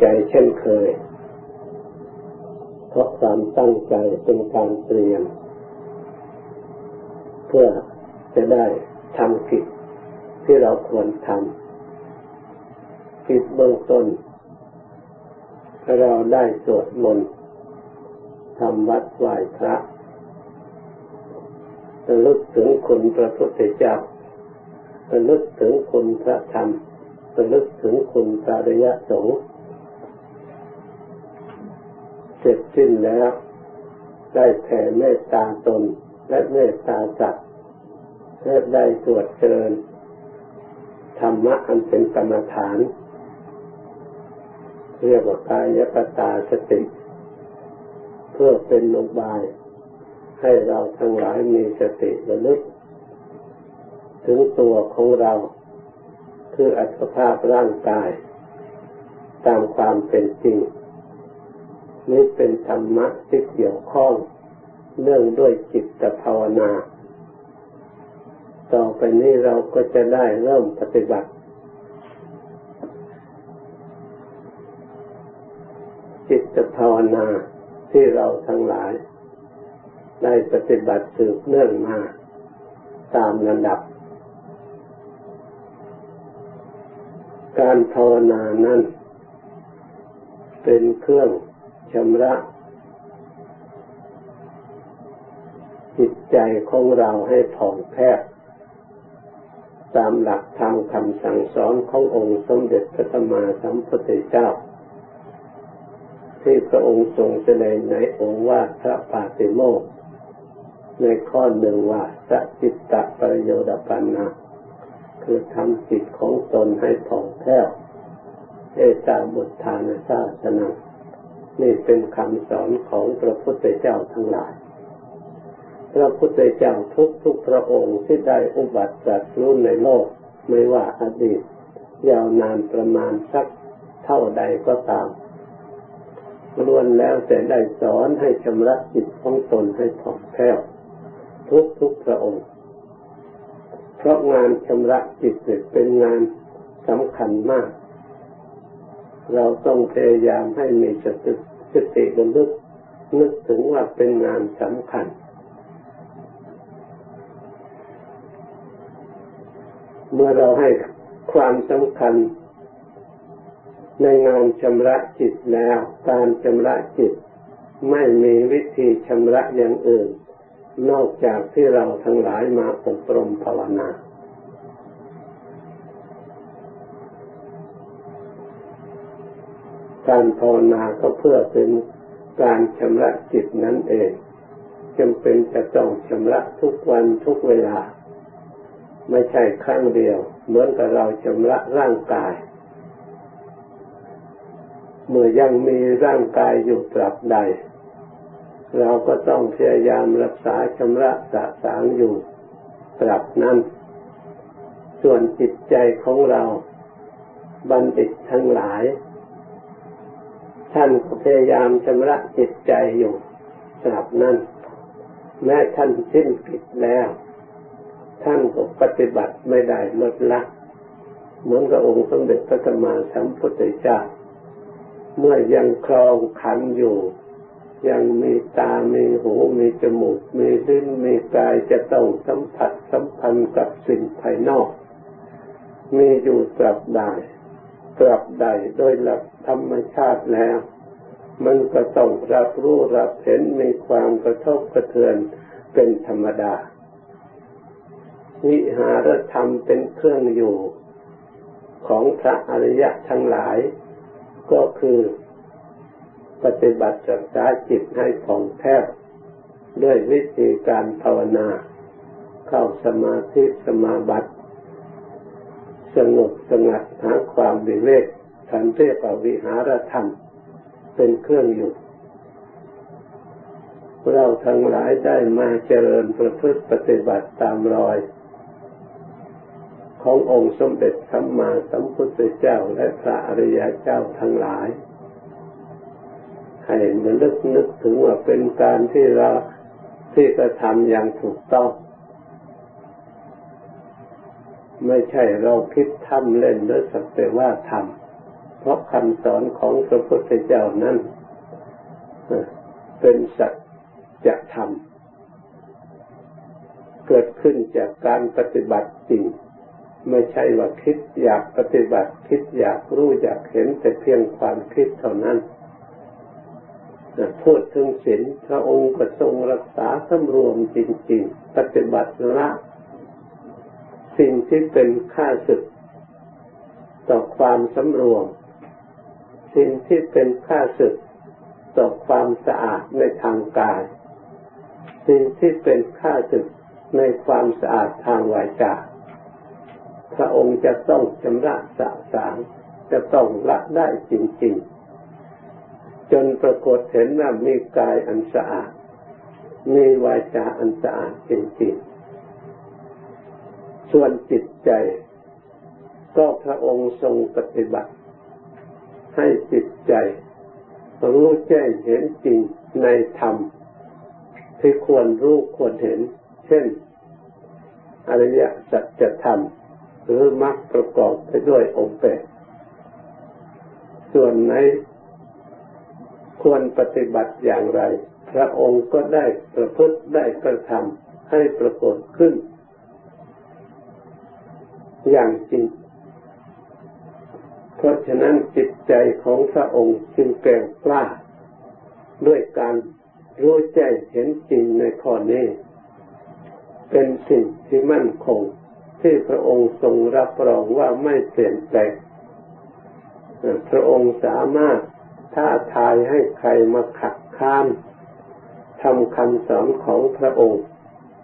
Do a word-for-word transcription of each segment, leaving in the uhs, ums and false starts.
ใจเช่นเคยเพราะความตั้งใจเป็นการเตรียมเพื่อจะได้ทำกิจที่เราควรทำกิจเบื้องต้นเราได้สวดมนต์ทำวัดไหว้พระระลึกถึงคุณพระพุทธเจ้าระลึกถึงคุณพระธรรมระลึกถึงคุณพระอริยสงฆ์เสร็จสิ้นแล้วได้แผ่เมตตาตนและเมตตาสัตว์และได้สวดเจริญธรรมะอันเป็นกรรมฐานเรียกว่ากายคตาสติเพื่อเป็นอุบายให้เราทั้งหลายมีสติระลึกถึงตัวของเราคืออัตภาพร่างกายตามความเป็นจริงนี้เป็นธรรมะที่เกี่ยวข้องเนื่องด้วยจิตภาวนาต่อไปนี้เราก็จะได้เริ่มปฏิบัติจิตภาวนาที่เราทั้งหลายได้ปฏิบัติสืบเนื่องมาตามลำดับการภาวนานั้นเป็นเครื่องชำระจิตใจของเราให้ผ่องแผ้วตามหลักธรรมคำสั่งสอนขององค์สมเด็จพระสัมมาสัมพุทธเจ้าที่พระองค์ทรงแสดงในโอวาทพระปาติโมกข์ในข้อหนึ่งว่าสัจจิตตปริโยดปันนะคือทำจิตของตนให้ผ่องแผ้วเอตาบุตธานาศาสนานี่เป็นคำสอนของพระพุทธเจ้าทั้งหลายพระพุทธเจ้าทุกทุกพระองค์ที่ได้อุบัติตรัสรู้ในโลกไม่ว่าอดีตยาวนานประมาณสักเท่าใดก็ตามล้วนแล้วแต่ได้สอนให้ชำระจิตของตนให้ผ่องแผ้วทุกทุกพระองค์เพราะงานชำระจิตเป็นงานสำคัญมากเราต้องพยายามให้มีสติสติระลึกนึกถึงว่าเป็นงานสำคัญเมื่อเราให้ความสำคัญในงานชำระจิตแล้วการชำระจิตไม่มีวิธีชำระอย่างอื่นนอกจากที่เราทั้งหลายมาอบรมภาวนาการภาวนาก็เพื่อเป็นการชำระจิตนั่นเองจำเป็นจะต้องชำระทุกวันทุกเวลาไม่ใช่ครั้งเดียวเหมือนกับเราชำระร่างกายเมื่อยังมีร่างกายอยู่ตราบใดเราก็ต้องพยายามรักษาชำระสะสางอยู่ตราบนั้นส่วนจิตใจของเราบัณฑิตทั้งหลายท่านก็พยายามชำระจิตใจอยู่ตราบนั้นแม้ท่านสิ้นกิจแล้วท่านก็ปฏิบัติไม่ได้ลดละเหมือนกับองค์สมเด็จพระสัมมาสัมพุทธเจ้าเมื่อยังครองขันธ์อยู่ยังมีตามีหูมีจมูกมีลิ้นมีกายจะต้องสัมผัสสัมพันธ์กับสิ่งภายนอกมีอยู่ตราบใดตราบใดโดยหลักธรรมชาติแล้วมันก็ต้องรับรู้รับเห็นมีความกระทบกระเทือนเป็นธรรมดาวิหารธรรมเป็นเครื่องอยู่ของพระอริยะทั้งหลายก็คือปฏิบัติรักษาจิตให้ผ่องแผ้วด้วยวิธีการภาวนาเข้าสมาธิสมาบัติสงบสงัดหาความวิเวกท่านเรียกว่าวิหารธรรมเป็นเครื่องอยู่เราทั้งหลายได้มาเจริญประพฤติปฏิบัติตามรอยขององค์สมเด็จสัมมาสัมพุทธเจ้าและพระอริยเจ้าทั้งหลายให้มันนึกนึกถึงว่าเป็นการที่เราที่กระทำอย่างถูกต้องไม่ใช่เราคิดทำเล่นหรือสักแต่ว่าทำเพราะคำสอนของพระพุทธเจ้านั้นเป็นสัจธรรมเกิดขึ้นจากการปฏิบัติจริงไม่ใช่ว่าคิดอยากปฏิบัติคิดอยากรู้อยากเห็นแต่เพียงความคิดเท่านั้นพูดถึงศีลพระองค์ก็ทรงรักษาสำรวมจริงๆปฏิบัติละสิ่งที่เป็นข้าศึกต่อความสำรวมสิ่งที่เป็นข้าศึกต่อความสะอาดในทางกายสิ่งที่เป็นข้าศึกในความสะอาดทางวาจาพระองค์จะต้องชำระสะสางจะต้องละได้จริงๆจนปรากฏเห็นว่ามีกายอันสะอาดมีวาจาอันสะอาดจริงๆส่วนจิตใจก็พระองค์ทรงปฏิบัติให้จิตใจรู้แจ้งเห็นจริงในธรรมที่ควรรู้ควรเห็นเช่นอริยสัจธรรมหรือมรรคประกอบไปด้วยองค์แปดส่วนไหนควรปฏิบัติอย่างไรพระองค์ก็ได้ประพฤติได้กระทำให้ปรากฏขึ้นอย่างจริงเพราะฉะนั้นจิตใจของพระองค์จึงแก่กล้าด้วยการรู้แจ้งเห็นจริงในข้อนี้เป็นสิ่งที่มั่นคงที่พระองค์ทรงรับรองว่าไม่เปลี่ยนแปลงพระองค์สามารถท้าทายให้ใครมาขัดข้ามทำคำสอนของพระองค์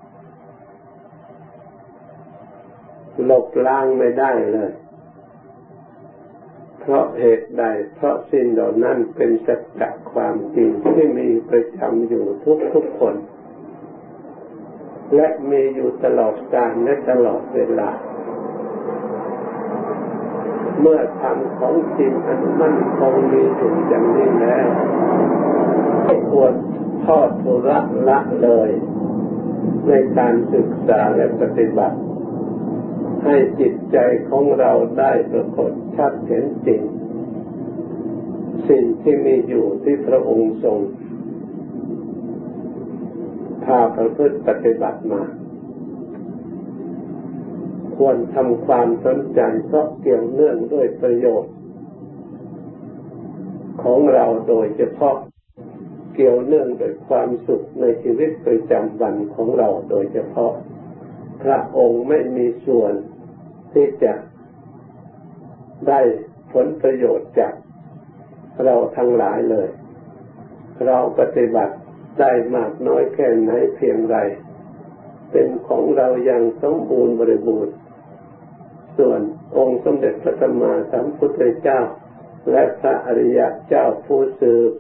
ลบล้างไม่ได้เลยเพราะเหตุใดเพราะสิ่งเหล่านั้นเป็นสัจจะความจริงที่มีประจำอยู่ทุกๆคนและมีอยู่ตลอดกาลและตลอดเวลาเมื่อธรรมของจริงอันมั่นคงมีอยู่อย่างนี้แล้วไม่ควรทอดทุระละเลยในการศึกษาและปฏิบัติให้จิตใจของเราได้ปรากฏชัดเห็นจริงสิ่งที่มีอยู่ที่พระองค์ทรงพาประพฤติปฏิบัติมาควรทำความสนใจเพราะเกี่ยวเนื่องด้วยประโยชน์ของเราโดยเฉพาะเกี่ยวเนื่องด้วยความสุขในชีวิตประจำวันของเราโดยเฉพาะพระองค์ไม่มีส่วนที่จะได้ผลประโยชน์จากเราทั้งหลายเลยเราปฏิบัติได้มากน้อยแค่ไหนเพียงไรเป็นของเราอย่างสมบูรณ์บริบูรณ์ส่วนองค์สมเด็จพระสัมมาสัมพุทธเจ้าและพระอริยเจ้าผู้สืบ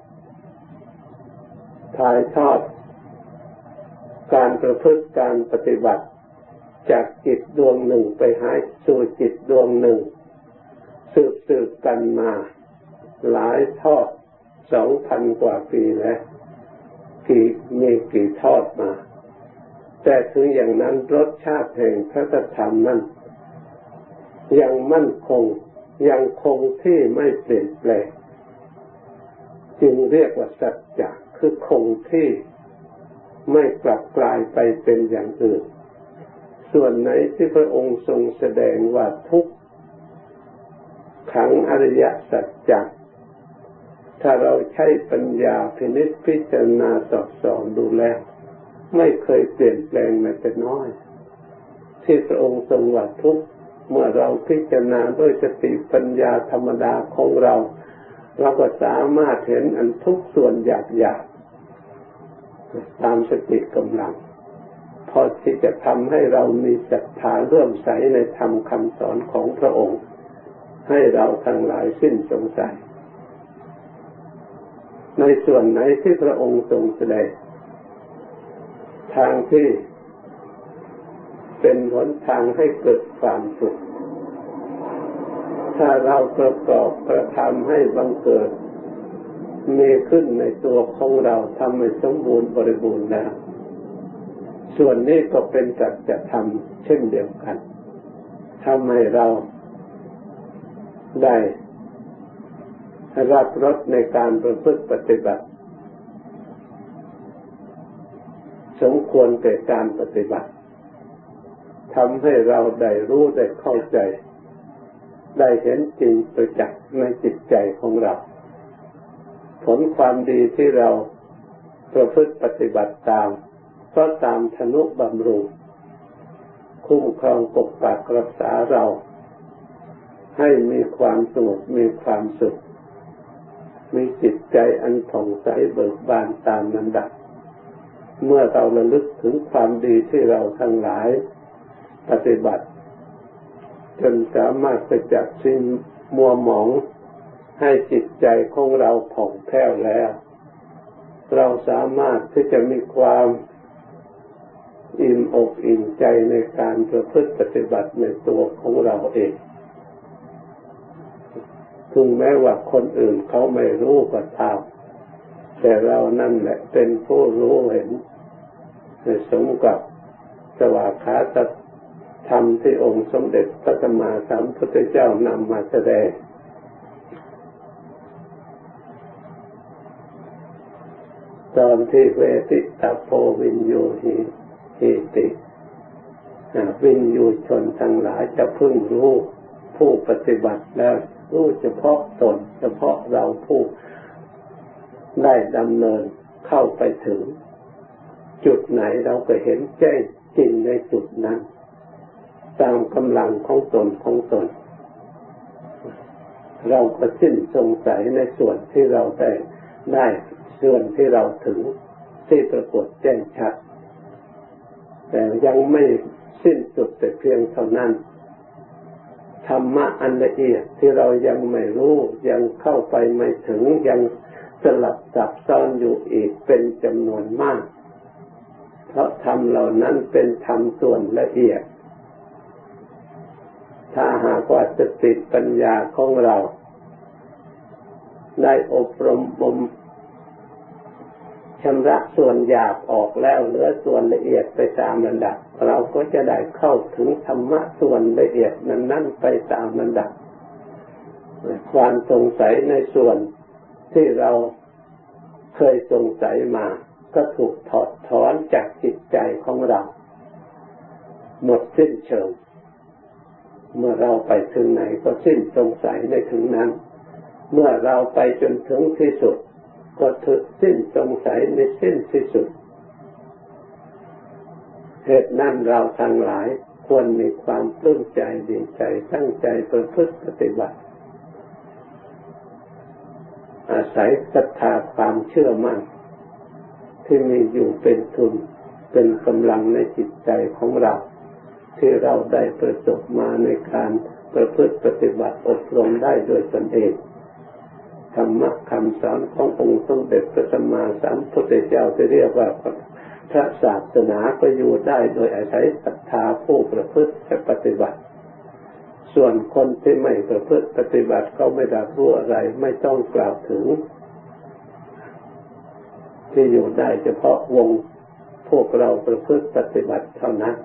ถ่ายทอดการประพฤติการปฏิบัติจากจิตดวงหนึ่งไปหาสู่จิตดวงหนึ่งสืบสืบกันมาหลายทอดสองพันกว่าปีแล้วกี่มีกี่ทอดมาแต่ถึงอย่างนั้นรสชาติแห่งพระธรรมนั้นยังมั่นคงยังคงที่ไม่เปลี่ยนแปลงจึงเรียกว่าสัจจะคือคงที่ไม่กลับกลายไปเป็นอย่างอื่นส่วนไหนที่พระองค์ทรงแสดงว่าทุกขังอริยสัจจะถ้าเราใช้ปัญญาพินิจพิจารณาสอบสอบดูแล้วไม่เคยเปลี่ยนแปลงแม้แต่น้อยที่พระองค์ทรงว่าทุกเมื่อเราพิจารณาด้วยสติปัญญาธรรมดาของเราเราก็สามารถเห็นอันทุกส่วนหยาบๆตามสติกำลังพอที่จะทำให้เรามีศรัทธาเลื่อมใสในธรรมคำสอนของพระองค์ให้เราทั้งหลายสิ้นสงสัยในส่วนไหนที่พระองค์ทรงแสดงทางที่เป็นหนทางให้เกิดความสุขถ้าเราประกอบกระทำให้บังเกิดมีขึ้นในตัวของเราทำให้สมบูรณ์บริบูรณ์แล้วส่วนนี้ก็เป็นสัจธรรมเช่นเดียวกันทำให้เราได้รับรสในการประพฤติปฏิบัติสมควรแก่การปฏิบัติทำให้เราได้รู้ได้เข้าใจได้เห็นจริงประจักษ์ในจิตใจของเราผลความดีที่เราประพฤติปฏิบัติตามก็ตามทนุบำรุงคุ้มครองปกปักรักษาเราให้มีความสงบมีความสุขมีจิตใจอันผ่องใสเบิกบานตามลำดับเมื่อเราระลึกถึงความดีที่เราทั้งหลายปฏิบัติจนสามารถไปจับสิ้นมัวหมองให้จิตใจของเราผ่องแผ้วแล้วเราสามารถที่จะมีความอิ่มอกอิ่มใจในการประพฤติปฏิบัติในตัวของเราเองถึงแม้ว่าคนอื่นเขาไม่รู้ก็ตามแต่เรานั่นแหละเป็นผู้รู้เห็นในสมกับสวากขาตธรรมที่องค์สมเด็จพระสัมมาสัมพุทธเจ้านำมาแสดงตอนที่เวทิตาโพวินยูหิหิติวินยูชนทั้งหลายจะพึงรู้ผู้ปฏิบัติแล้วรู้เฉพาะตนเฉพาะเราผู้ได้ดำเนินเข้าไปถึงจุดไหนเราก็เห็นแจ้งจริงในจุดนั้นตามกำลังของตนของตนเราก็สิ้นสงสัยในส่วนที่เราได้ได้ส่วนที่เราถึงที่ปรากฏแจ้งชัดแต่ยังไม่สิ้นสุดแต่เพียงเท่านั้นธรรมะอันละเอียดที่เรายังไม่รู้ยังเข้าไปไม่ถึงยังสลับซับซ้อนอยู่อีกเป็นจำนวนมากเพราะธรรมเหล่านั้นเป็นธรรมส่วนละเอียดถ้าหากว่าสติปัญญาของเราได้อบรมบ่มชำระส่วนหยาบออกแล้วเหลือส่วนละเอียดไปตามลำดับเราก็จะได้เข้าถึงธรรมะส่วนละเอียดนั้นๆไปตามลำดับความสงสัยในส่วนที่เราเคยสงสัยมาก็ถูกถอดถอนจากจิตใจของเราหมดสิ้นเชิงเมื่อเราไปถึงไหนก็สิ้นสงสัยในถึงนั้นเมื่อเราไปจนถึงที่สุดก็ถึงสิ้นสงสัยในสิ้นที่สุดเหตุนั้นเราทั้งหลายควรมีความปลื้มใจดีใจตั้งใจประพฤติปฏิบัติอาศัยศรัทธาความเชื่อมั่นที่มีอยู่เป็นทุนเป็นกำลังในจิตใจของเราที่เราได้ประสบมาในการประพฤติปฏิบัติอบรมได้โดยตนเองธรรมะคำสอนขององค์สมเด็จพระสัมมาสัมพุทธเจ้าที่เรียกว่าพระศาสนาก็อยู่ได้โดยอาศัยศรัทธาผู้ประพฤติปฏิบัติส่วนคนที่ไม่ประพฤติปฏิบัติก็ไม่รับรู้อะไรไม่ต้องกล่าวถึงที่อยู่ได้เฉพาะวงพวกเราประพฤติปฏิบัติเท่านั้น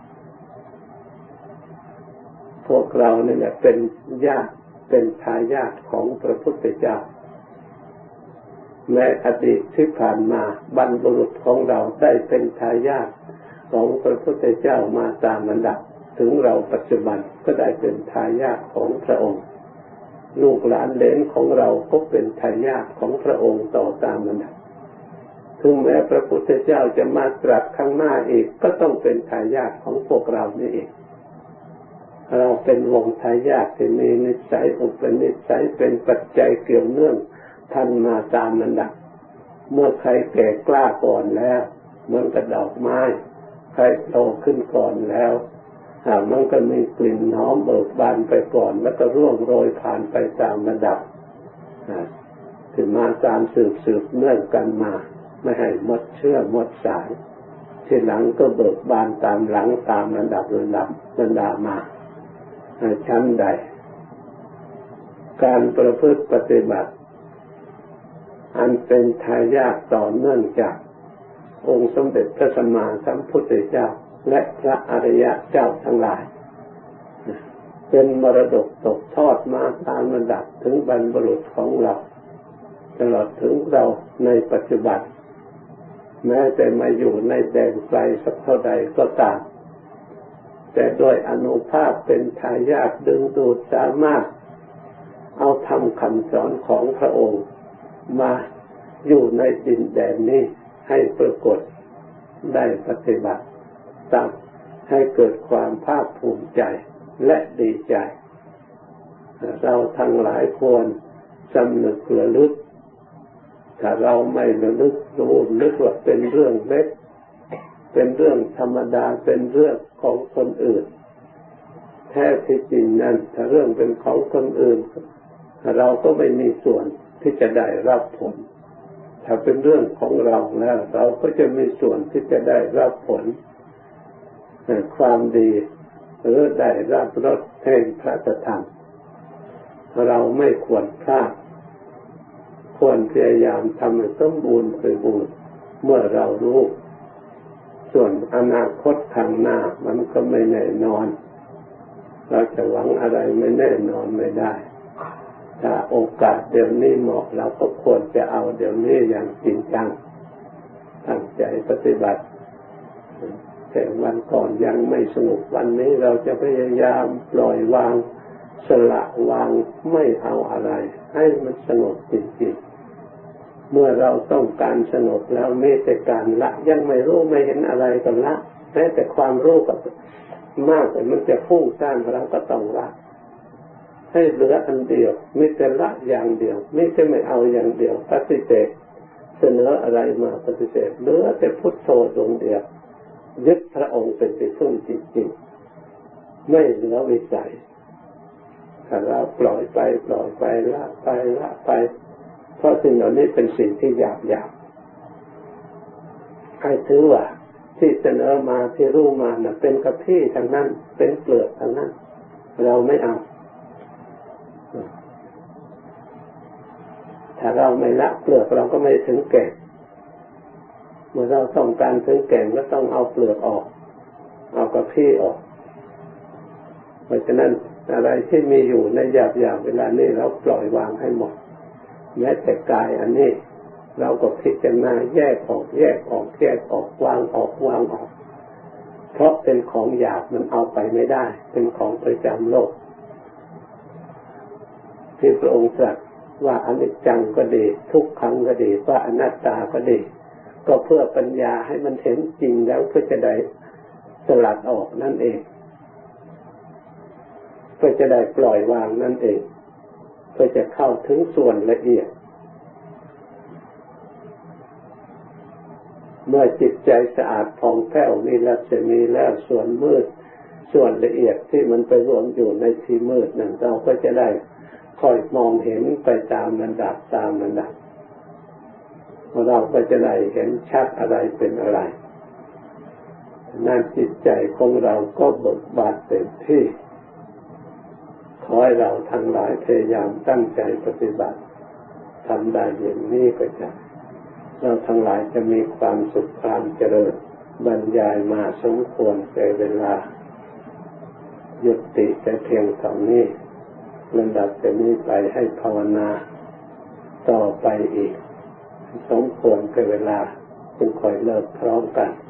พวกเรานี่แหละเป็นญาติเป็นทายาทของพระพุทธเจ้าในอดีตที่ผ่านมาบรรพบุรุษของเราได้เป็นทายาทของพระพุทธเจ้ามาตามลำดับถึงเราปัจจุบันก็ได้เป็นทายาทของพระองค์ลูกหลานเหลนของเราก็เป็นทายาทของพระองค์ต่อตามลำดับถึงแม้พระพุทธเจ้าจะมาตรัสข้างหน้าอีกก็ต้องเป็นทายาทของพวกเรานี่เองเราเป็นวงทายาทที่มีนิสัยอุปนิสัยเป็นปัจจัยเกี่ยวเนื่องพันมาตามลำดับเมื่อใครแก่กล้าก่อนแล้วเหมือนกับดอกไม้ใครโตขึ้นก่อนแล้วมันก็มีกลิ่นหอมเบิกบานไปก่อนแล้วก็ร่วงโรยผ่านไปตามลำดับถึงมาตามสืบสืบเนื่องกันมาไม่ให้หมดเชื่อหมดสายทีหลังก็เบิกบานตามหลังตามลำดับลำดับบรรดามาชั้นใดการประพฤติปฏิบัติอันเป็นทายาทต่อเนื่องจากองค์สมเด็จพระสัมมาสัมพุทธเจ้าและพระอริยเจ้าทั้งหลายเป็นมรดกตกทอดมาตามระดับถึงบรรพบุรุษของเราตลอดถึงเราในปัจจุบันแม้แต่มาอยู่ในแดนไกลสักเท่าใดก็ตามแต่ด้วยอานุภาพเป็นทายาทดึงดูดสามารถเอาธรรมคำสอนของพระองค์มาอยู่ในดินแดนนี้ให้ปรากฏได้ปฏิบัติตามให้เกิดความภาคภูมิใจและดีใจเราทั้งหลายควรสำนึกระลึกถ้าเราไม่ระลึกรู้นึกว่าเป็นเรื่องเล็กเป็นเรื่องธรรมดาเป็นเรื่องของคนอื่นแท้ที่จริงนั้นถ้าเรื่องเป็นของคนอื่นเราก็ไม่มีส่วนที่จะได้รับผลถ้าเป็นเรื่องของเราแล้วเราก็จะมีส่วนที่จะได้รับผลความดีหรือได้รับรสแห่งพระธรรมเราไม่ควรพลาดควรพยายามทำให้สมบูรณ์บริบูรณ์เมื่อเรารู้ส่วนอนาคตข้างหน้ามันก็ไม่แน่นอนเราจะหวังอะไรไม่แน่นอนไม่ได้ถ้าโอกาสเดี๋ยวนี้เหมาะเราก็ควรจะเอาเดี๋ยวนี้อย่างจริงจังตั้งใจปฏิบัติแต่วันก่อนยังไม่สนุกวันนี้เราจะพยายามปล่อยวางสละวางไม่เอาอะไรให้มันสงบจริงๆเมื่อเราต้องการสงบแล้วไม่แต่การละยังไม่รู้ไม่เห็นอะไรก็ละแม้แต่ความรู้ก็มากแต่มันจะฟุ้งซ่านเราก็ต้องละให้เหลืออันเดียวไม่แต่ละอย่างเดียวไม่แต่ไม่เอาอย่างเดียวปฏิเสธเสนออะไรมาปฏิเสธเหลือแต่พุทโธดวงเดียวยึดพระองค์เป็นที่พึ่งจริงๆไม่เหลือวิสัยถ้าเราปล่อยไปปล่อยไปละไปละไปเพราะสิ่งเหล่านี้เป็นสิ่งที่หยาบหยาบให้ถือว่าที่เสนอมาที่รู้มาน่ะเป็นกระพี่ทั้งนั้นเป็นเปลือกทั้งนั้นเราไม่เอาถ้าเราไม่ละเปลือกเราก็ไม่ถึงแก่นเมื่อเราต้องการถึงแก่นก็ต้องเอาเปลือกออกเอากระพี่ออกเพราะฉะนั้นอะไรที่มีอยู่ในหยาบๆเวลานี้เราปล่อยวางให้หมดแม้แต่กายอันนี้เราก็พิจารณาแยกออกแยกออกแยกออกวางออกวางออกเพราะเป็นของหยาบมันเอาไปไม่ได้เป็นของประจำโลกที่พระองค์ตรัสว่าอนิจจังก็ดีทุกขังก็ดีว่าอนัตตาก็ดีก็เพื่อปัญญาให้มันเห็นจริงแล้วเพื่อจะได้สลัดออกนั่นเองเพื่อจะได้ปล่อยวางนั่นเองเพื่อจะเข้าถึงส่วนละเอียดเมื่อจิตใจสะอาดผ่องแผ้วมีรัศมีแล้วส่วนมืดส่วนละเอียดที่มันไปรวมอยู่ในที่มืดนั้นเราก็จะได้ค่อยมองเห็นไปตามระดับตามระดับเราก็จะได้เห็นชัดอะไรเป็นอะไรนั่นจิตใจของเราก็เบิกบานเต็มที่ขอให้เราทั้งหลายพยายามตั้งใจปฏิบัติทำได้อย่างนี้ก็จะเราทั้งหลายจะมีความสุขความเจริญบรรยายมาสมควรแก่เวลายุติแต่เพียงเท่านี้ลำดับจากนี้ไปให้ภาวนาต่อไปอีกสมควรแก่เวลาจึงค่อยเลิกพร้อมกัน